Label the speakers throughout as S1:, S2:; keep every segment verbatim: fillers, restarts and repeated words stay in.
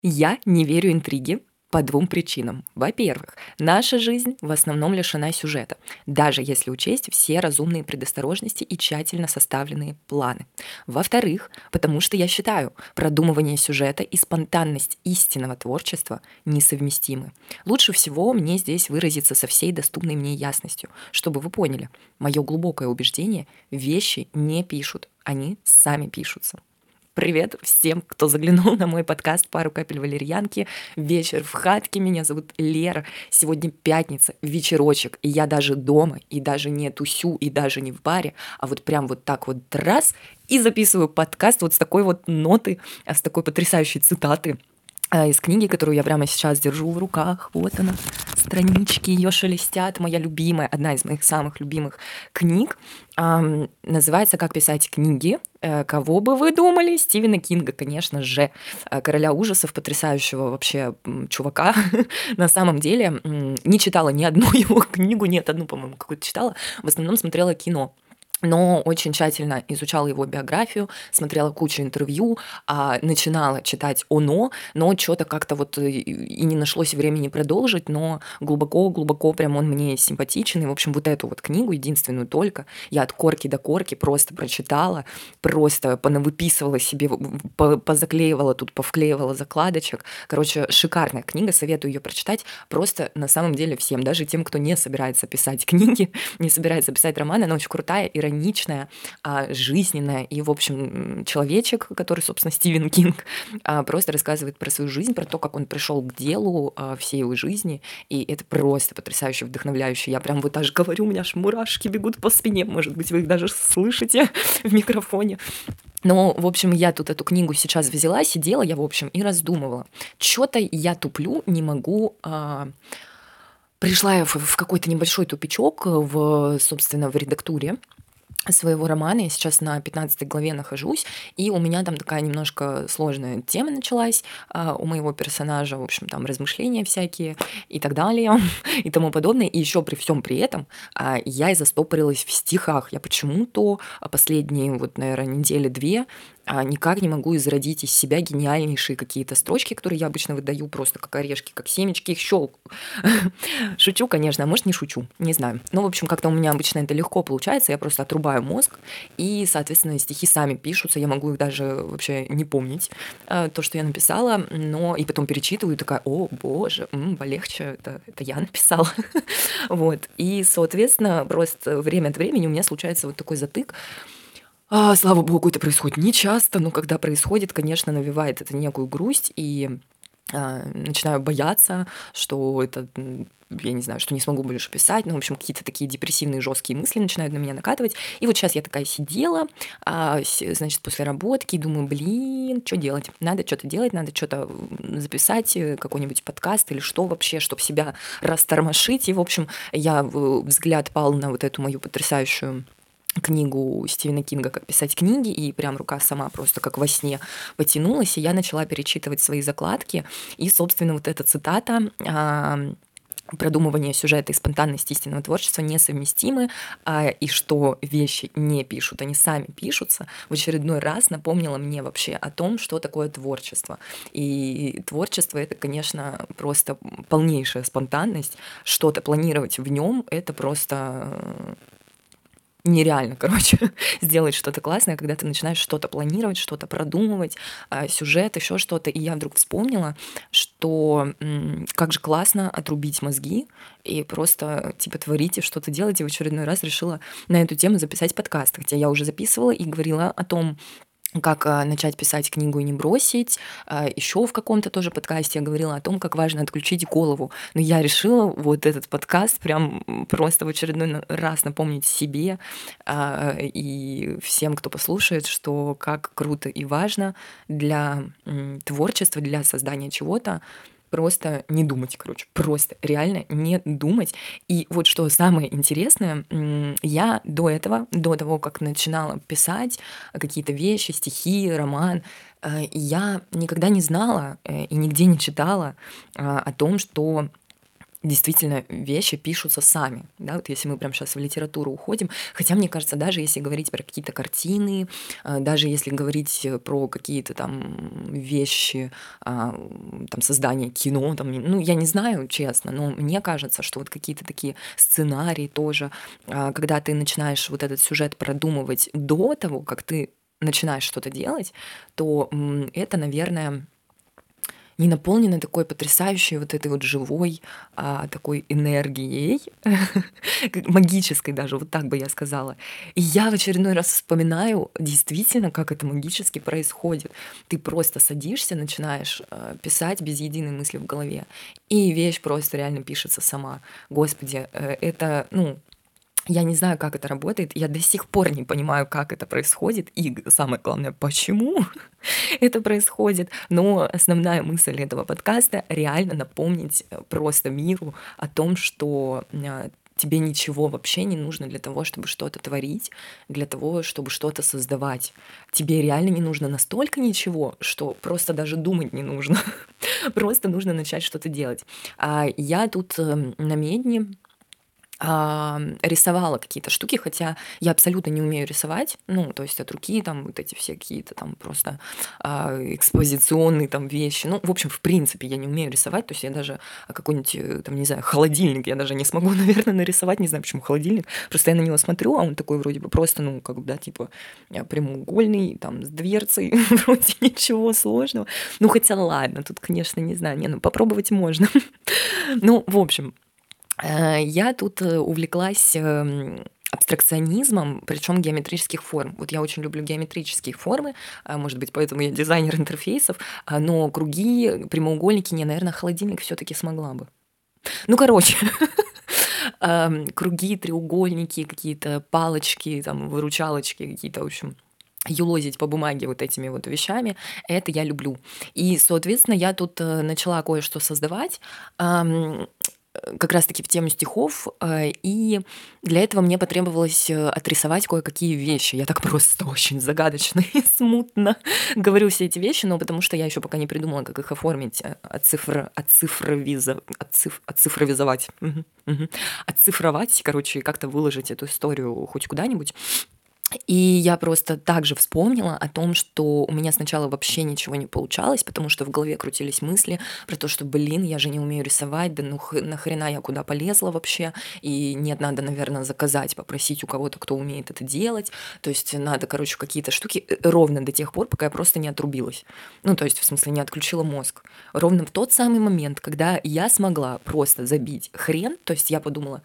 S1: Я не верю интриге по двум причинам. Во-первых, наша жизнь в основном лишена сюжета, даже если учесть все разумные предосторожности и тщательно составленные планы. Во-вторых, потому что я считаю, продумывание сюжета и спонтанность истинного творчества несовместимы. Лучше всего мне здесь выразиться со всей доступной мне ясностью, чтобы вы поняли, мое глубокое убеждение: вещи не пишут, они сами пишутся. Привет всем, кто заглянул на мой подкаст «Пару капель валерьянки». Вечер в хатке. Меня зовут Лера. Сегодня пятница, вечерочек. И я даже дома, и даже не тусю, и даже не в баре, а вот прям вот так вот раз и записываю подкаст вот с такой вот ноты, с такой потрясающей цитаты из книги, которую я прямо сейчас держу в руках. Вот она, странички ее шелестят. Моя любимая, одна из моих самых любимых книг. Эм, называется «Как писать книги». Э, кого бы вы думали? Стивена Кинга, конечно же. Э, короля ужасов, потрясающего вообще м, чувака. На самом деле м, не читала ни одну его книгу, нет, одну, по-моему, какую-то читала. В основном смотрела кино. Но очень тщательно изучала его биографию, смотрела кучу интервью, а, начинала читать «Оно», но что-то как-то вот и и не нашлось времени продолжить, но глубоко-глубоко прям он мне симпатичен. И, в общем, вот эту вот книгу, единственную только, я от корки до корки просто прочитала, просто понавыписывала себе, по- позаклеивала тут, повклеивала закладочек. Короче, шикарная книга, советую ее прочитать просто на самом деле всем, даже тем, кто не собирается писать книги, не собирается писать романы. Она очень крутая, ироничная, а, жизненная. И, в общем, человечек, который, собственно, Стивен Кинг, а, просто рассказывает про свою жизнь, про то, как он пришел к делу а, всей его жизни. И это просто потрясающе, вдохновляюще. Я прям вот даже говорю, у меня аж мурашки бегут по спине. Может быть, вы их даже слышите в микрофоне. Но, в общем, я тут эту книгу сейчас взяла, сидела я, в общем, и раздумывала. Чё-то я туплю, не могу... а, Пришла я в в какой-то небольшой тупичок в, собственно, в редактуре своего романа. Я сейчас на пятнадцатой главе нахожусь, и у меня там такая немножко сложная тема началась а, у моего персонажа, в общем, там размышления всякие и так далее, и тому подобное. И еще при всем при этом а, я и застопорилась в стихах. Я почему-то а, последние, вот, наверное, недели две а, никак не могу изродить из себя гениальнейшие какие-то строчки, которые я обычно выдаю просто как орешки, как семечки, их щелкаю. Шучу, конечно, а может, не шучу, не знаю. Но, в общем, как-то у меня обычно это легко получается, я просто отрубаю мозг, и, соответственно, стихи сами пишутся, я могу их даже вообще не помнить, э, то, что я написала, но и потом перечитываю, и такая: о, боже, м, полегче, это, это я написала. Вот, и, соответственно, просто время от времени у меня случается вот такой затык. А, слава богу, это происходит не часто, но когда происходит, конечно, навевает это некую грусть, и а, начинаю бояться, что это, м, я не знаю, что не смогу больше писать. Ну, в общем, какие-то такие депрессивные, жесткие мысли начинают на меня накатывать. И вот сейчас я такая сидела, а, с- значит, после работки, и думаю, блин, что делать? Надо что-то делать, надо что-то м, записать, э, какой-нибудь подкаст или что вообще, чтобы себя растормошить. И, в общем, я э, взгляд пал на вот эту мою потрясающую книгу Стивена Кинга «Как писать книги», и прям рука сама просто как во сне потянулась, и я начала перечитывать свои закладки, и, собственно, вот эта цитата а, продумывание сюжета и спонтанность истинного творчества несовместимы, а, и что вещи не пишут, они сами пишутся, в очередной раз напомнила мне вообще о том, что такое творчество. И творчество — это, конечно, просто полнейшая спонтанность, что-то планировать в нем — это просто нереально, короче, сделать что-то классное, когда ты начинаешь что-то планировать, что-то продумывать, а, сюжет, еще что-то. И я вдруг вспомнила, что м, как же классно отрубить мозги и просто типа творить и что-то делать. И в очередной раз решила на эту тему записать подкаст, хотя я уже записывала и говорила о том, как а, начать писать книгу и не бросить. Еще в каком-то тоже подкасте я говорила о том, как важно отключить голову. Но я решила вот этот подкаст прям м, просто в очередной на- раз напомнить себе а, и всем, кто послушает, что как круто и важно для м, творчества, для создания чего-то просто не думать, короче, просто реально не думать. И вот что самое интересное, м, я до этого, до того, как начинала писать какие-то вещи, стихи, роман, э, я никогда не знала э, и нигде не читала а, о том, что действительно вещи пишутся сами, да, вот если мы прямо сейчас в литературу уходим, хотя мне кажется, даже если говорить про какие-то картины, а, даже если говорить э, про какие-то там вещи, а, м, там создание кино, там, не- ну я не знаю, честно, но мне кажется, что вот какие-то такие сценарии тоже, а, когда ты начинаешь вот этот сюжет продумывать до того, как ты начинаешь что-то делать, то м, это, наверное, не наполнены такой потрясающей вот этой вот живой, а, такой энергией, как магической даже, вот так бы я сказала. И я в очередной раз вспоминаю действительно, как это магически происходит. Ты просто садишься, начинаешь э, писать без единой мысли в голове, и вещь просто реально пишется сама. Господи, э, это, ну, я не знаю, как это работает. Я до сих пор не понимаю, как это происходит. И самое главное, почему это происходит. Но основная мысль этого подкаста — реально напомнить э, просто миру о том, что э, тебе ничего вообще не нужно для того, чтобы что-то творить, для того, чтобы что-то создавать. Тебе реально не нужно настолько ничего, что просто даже думать не нужно. Просто нужно начать что-то делать. А я тут э, на Медне а, рисовала какие-то штуки, хотя я абсолютно не умею рисовать, ну, то есть от руки там вот эти все какие-то там просто а, экспозиционные там вещи, ну, в общем, в принципе, я не умею рисовать, то есть я даже какой-нибудь, э, там, не знаю, холодильник я даже не смогу, наверное, нарисовать, не знаю, почему холодильник, просто я на него смотрю, а он такой вроде бы просто, ну, как бы, да, типа э, прямоугольный, там, с дверцей, вроде ничего сложного, ну, хотя ладно, тут, конечно, не знаю, не, ну, попробовать можно, ну, в общем, Э, я тут э, увлеклась эм, абстракционизмом, причем геометрических форм. Вот я очень люблю геометрические формы, а, может быть, поэтому я дизайнер интерфейсов, а, но круги, прямоугольники, не, наверное, холодильник все-таки смогла бы. Ну, короче, ам, круги, треугольники, какие-то палочки, там, выручалочки какие-то, в общем, юлозить по бумаге вот этими вот вещами, это я люблю. И, соответственно, я тут э, начала кое-что создавать. ам, э, как раз-таки в тему стихов, э, и для этого мне потребовалось э, отрисовать кое-какие вещи. Я так просто очень загадочно и смутно говорю все эти вещи, но потому что я еще пока не придумала, как их оформить, э, оцифр, оцифровиза- оциф- оцифровизовать, мгм, мгм. Оцифровать, короче, и как-то выложить эту историю хоть куда-нибудь. И я просто также вспомнила о том, что у меня сначала вообще ничего не получалось, потому что в голове крутились мысли про то, что, блин, я же не умею рисовать, да ну х- нахрена я куда полезла вообще, и нет, надо, наверное, заказать, попросить у кого-то, кто умеет это делать, то есть надо, короче, какие-то штуки э, ровно до тех пор, пока я просто не отрубилась, ну, то есть, в смысле, не отключила мозг. Ровно в тот самый момент, когда я смогла просто забить хрен, то есть я подумала,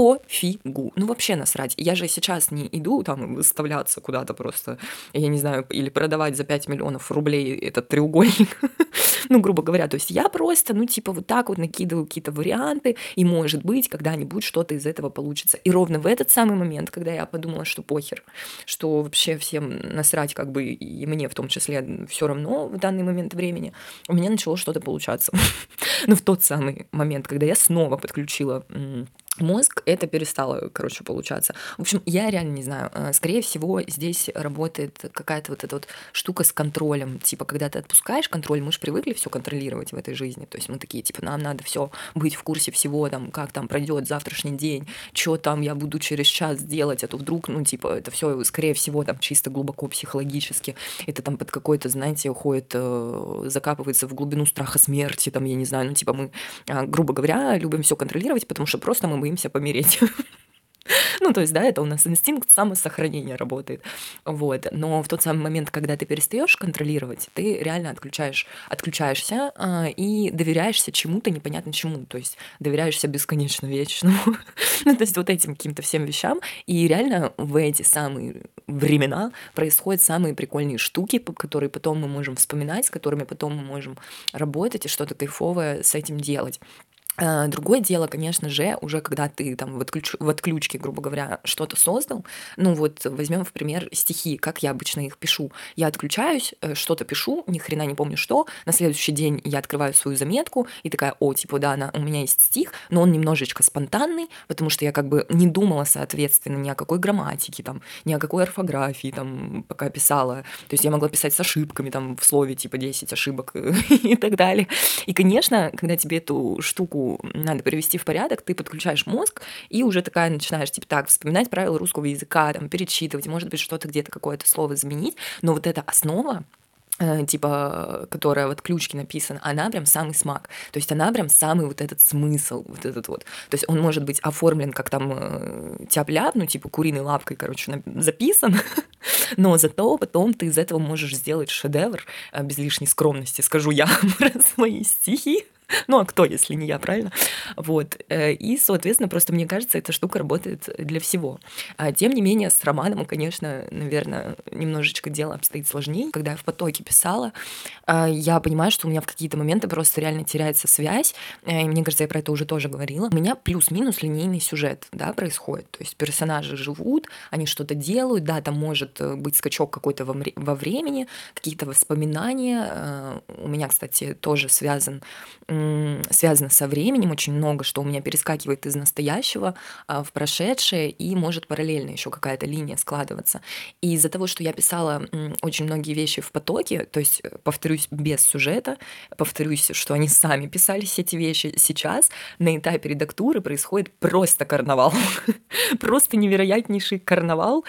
S1: пофигу. Ну, вообще насрать. Я же сейчас не иду там выставляться куда-то просто, я не знаю, или продавать за пять миллионов рублей этот треугольник. Ну, грубо говоря, то есть я просто, ну, типа вот так вот накидываю какие-то варианты, и, может быть, когда-нибудь что-то из этого получится. И ровно в этот самый момент, когда я подумала, что похер, что вообще всем насрать, как бы и мне в том числе все равно в данный момент времени, у меня начало что-то получаться. Но в тот самый момент, когда я снова подключила м, мозг, это перестало, короче, получаться. В общем, я реально не знаю. э, Скорее всего, здесь работает какая-то вот эта вот штука с контролем. Типа, когда ты отпускаешь контроль, мы же привыкли все контролировать в этой жизни. То есть мы такие, типа, нам надо все быть в курсе всего, там, как там пройдет завтрашний день, что там я буду через час делать, а то вдруг, ну, типа, это все, скорее всего, там, чисто глубоко психологически. Это там под какой-то, знаете, уходит, э, закапывается в глубину страха смерти, там, я не знаю, ну, типа, мы, а, грубо говоря, любим все контролировать, потому что просто мы боимся помереть. Ну, то есть, да, это у нас инстинкт самосохранения работает. Вот. Но в тот самый момент, когда ты перестаешь контролировать, ты реально отключаешь, отключаешься а, и доверяешься чему-то непонятно чему. То есть доверяешься бесконечно вечному. Ну, то есть вот этим каким-то всем вещам. И реально в эти самые времена происходят самые прикольные штуки, п- которые потом мы можем вспоминать, с которыми потом мы можем работать и что-то кайфовое с этим делать. А, Другое дело, конечно же, уже когда ты там в, отключ- в отключке, грубо говоря, что-то создал, ну вот возьмем в пример стихи, как я обычно их пишу. Я отключаюсь, э, что-то пишу, ни хрена не помню что, на следующий день я открываю свою заметку и такая, о, типа, да, на- у меня есть стих, но он немножечко спонтанный, потому что я как бы не думала, соответственно, ни о какой грамматике, там, ни о какой орфографии, там, пока писала. То есть я могла писать с ошибками, там, в слове, типа, десять ошибок и так далее. И, конечно, когда тебе эту штуку голову надо привести в порядок, ты подключаешь мозг и уже такая начинаешь, типа, так, вспоминать правила русского языка, там, перечитывать, может быть, что-то где-то, какое-то слово заменить, но вот эта основа, типа, которая в отключке написана, она прям самый смак. То есть она прям самый вот этот смысл, вот этот вот. То есть он может быть оформлен как там э, тяп-ляп, ну типа куриной лапкой, короче, записан, но зато потом ты из этого можешь сделать шедевр, э, без лишней скромности, скажу я про свои стихи. Ну, а кто, если не я, правильно? Вот. И, соответственно, просто мне кажется, эта штука работает для всего. Тем не менее, с романом, конечно, наверное, немножечко дело обстоит сложнее. Когда я в потоке писала, я понимаю, что у меня в какие-то моменты просто реально теряется связь. И мне кажется, я про это уже тоже говорила. У меня плюс-минус линейный сюжет, да, происходит. То есть персонажи живут, они что-то делают, да, там может быть скачок какой-то во времени, какие-то воспоминания. У меня, кстати, тоже связан связано со временем, очень много, что у меня перескакивает из настоящего в прошедшее, и может параллельно еще какая-то линия складываться. И из-за того, что я писала очень многие вещи в потоке, то есть, повторюсь, без сюжета, повторюсь, что они сами писались, эти вещи, сейчас на этапе редактуры происходит просто карнавал. Просто невероятнейший карнавал,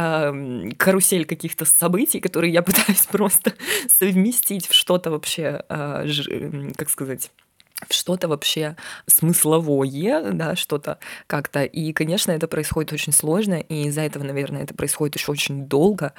S1: карусель каких-то событий, которые я пытаюсь просто совместить в что-то вообще, как сказать, в что-то вообще смысловое, да, что-то как-то. И, конечно, это происходит очень сложно, и из-за этого, наверное, это происходит еще очень долго.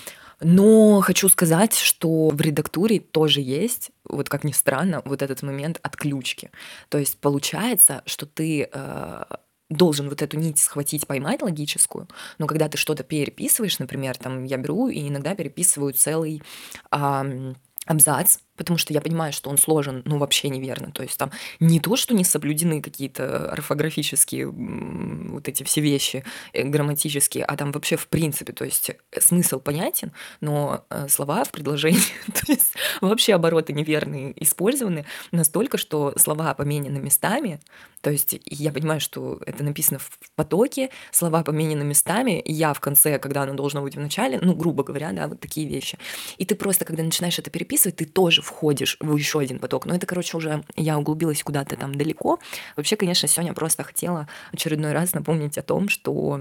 S1: Но хочу сказать, что в редактуре тоже есть, вот как ни странно, вот этот момент отключки. То есть получается, что ты э, должен вот эту нить схватить, поймать логическую, но когда ты что-то переписываешь, например, там я беру и иногда переписываю целый... Э, абзац, потому что я понимаю, что он сложен, ну, вообще неверно. То есть там не то, что не соблюдены какие-то орфографические вот эти все вещи, грамматические, а там вообще в принципе, то есть смысл понятен, но слова в предложении, то есть вообще обороты неверные использованы настолько, что слова поменены местами, то есть я понимаю, что это написано в потоке, слова поменены местами, и я в конце, когда оно должно быть в начале, ну, грубо говоря, да, вот такие вещи. И ты просто, когда начинаешь это переписывать, ты тоже входишь в еще один поток. Но это, короче, уже я углубилась куда-то там далеко. Вообще, конечно, сегодня просто хотела очередной раз напомнить о том, что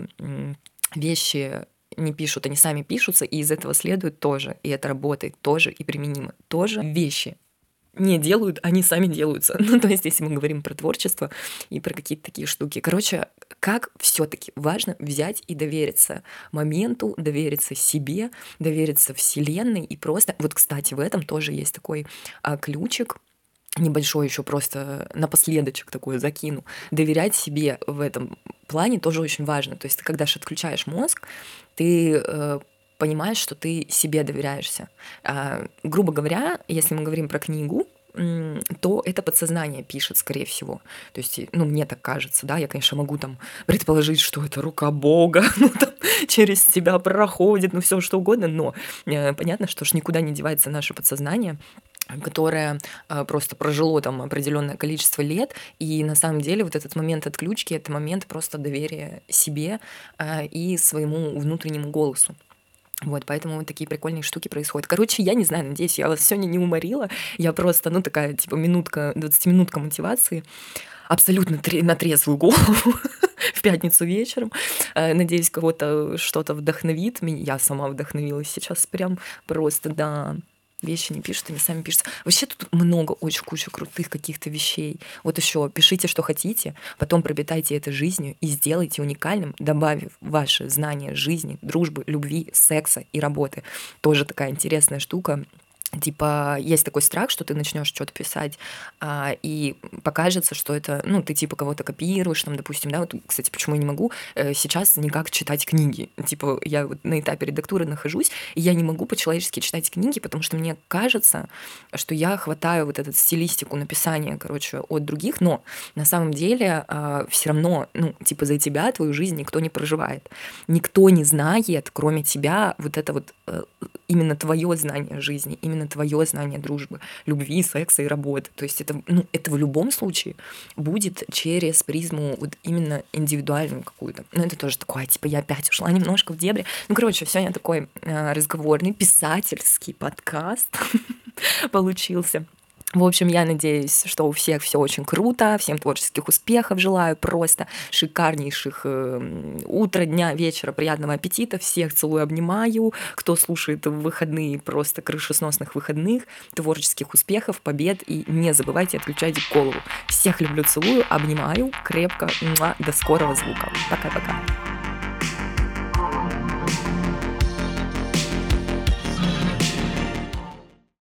S1: вещи не пишут, они сами пишутся, и из этого следует тоже, и это работает тоже, и применимо тоже. Вещи не делают, они сами делаются. Ну, то есть, если мы говорим про творчество и про какие-то такие штуки. Короче, как все-таки важно взять и довериться моменту, довериться себе, довериться Вселенной. И просто, вот, кстати, в этом тоже есть такой а, ключик, небольшой еще просто напоследочек такой закину. Доверять себе в этом плане тоже очень важно. То есть, ты, когда же отключаешь мозг, ты... Э, понимаешь, что ты себе доверяешься. А, грубо говоря, если мы говорим про книгу, то это подсознание пишет, скорее всего. То есть, ну, мне так кажется, да, я, конечно, могу там предположить, что это рука Бога, ну, там, через тебя проходит, ну, все что угодно, но э, понятно, что ж никуда не девается наше подсознание, которое э, просто прожило там определенное количество лет, и на самом деле вот этот момент отключки — это момент просто доверия себе э, и своему внутреннему голосу. Вот, поэтому вот такие прикольные штуки происходят. Короче, я не знаю, надеюсь, я вас сегодня не уморила. Я просто, ну, такая, типа, минутка, двадцатиминутка мотивации. Абсолютно тре- на трезвую голову в пятницу вечером. Надеюсь, кого-то что-то вдохновит. Я сама вдохновилась сейчас прям просто, да... Вещи не пишут, они сами пишутся. Вообще тут много, очень куча крутых каких-то вещей. Вот еще пишите, что хотите, потом пропитайте это жизнью и сделайте уникальным, добавив ваши знания жизни, дружбы, любви, секса и работы. Тоже такая интересная штука. Типа, есть такой страх, что ты начнешь что-то писать, а, и покажется, что это, ну, ты типа кого-то копируешь, там, допустим, да, вот, кстати, почему я не могу э, сейчас никак читать книги. Типа, я вот на этапе редактуры нахожусь, и я не могу по-человечески читать книги, потому что мне кажется, что я хватаю вот эту стилистику написания, короче, от других, но на самом деле э, все равно, ну, типа, за тебя твою жизнь никто не проживает. Никто не знает, кроме тебя, вот это вот э, именно твое знание жизни, именно твое знание дружбы, любви, секса и работы. То есть это, ну, это в любом случае будет через призму вот именно индивидуальную какую-то. Ну, это тоже такое, типа, я опять ушла немножко в дебри. Ну, короче, сегодня такой э, разговорный, писательский подкаст получился. В общем, я надеюсь, что у всех все очень круто, всем творческих успехов желаю, просто шикарнейших э, утра, дня, вечера, приятного аппетита, всех целую, обнимаю, кто слушает в выходные, просто крышесносных выходных, творческих успехов, побед, и не забывайте отключать голову. Всех люблю, целую, обнимаю крепко, муа, до скорого звука. Пока-пока.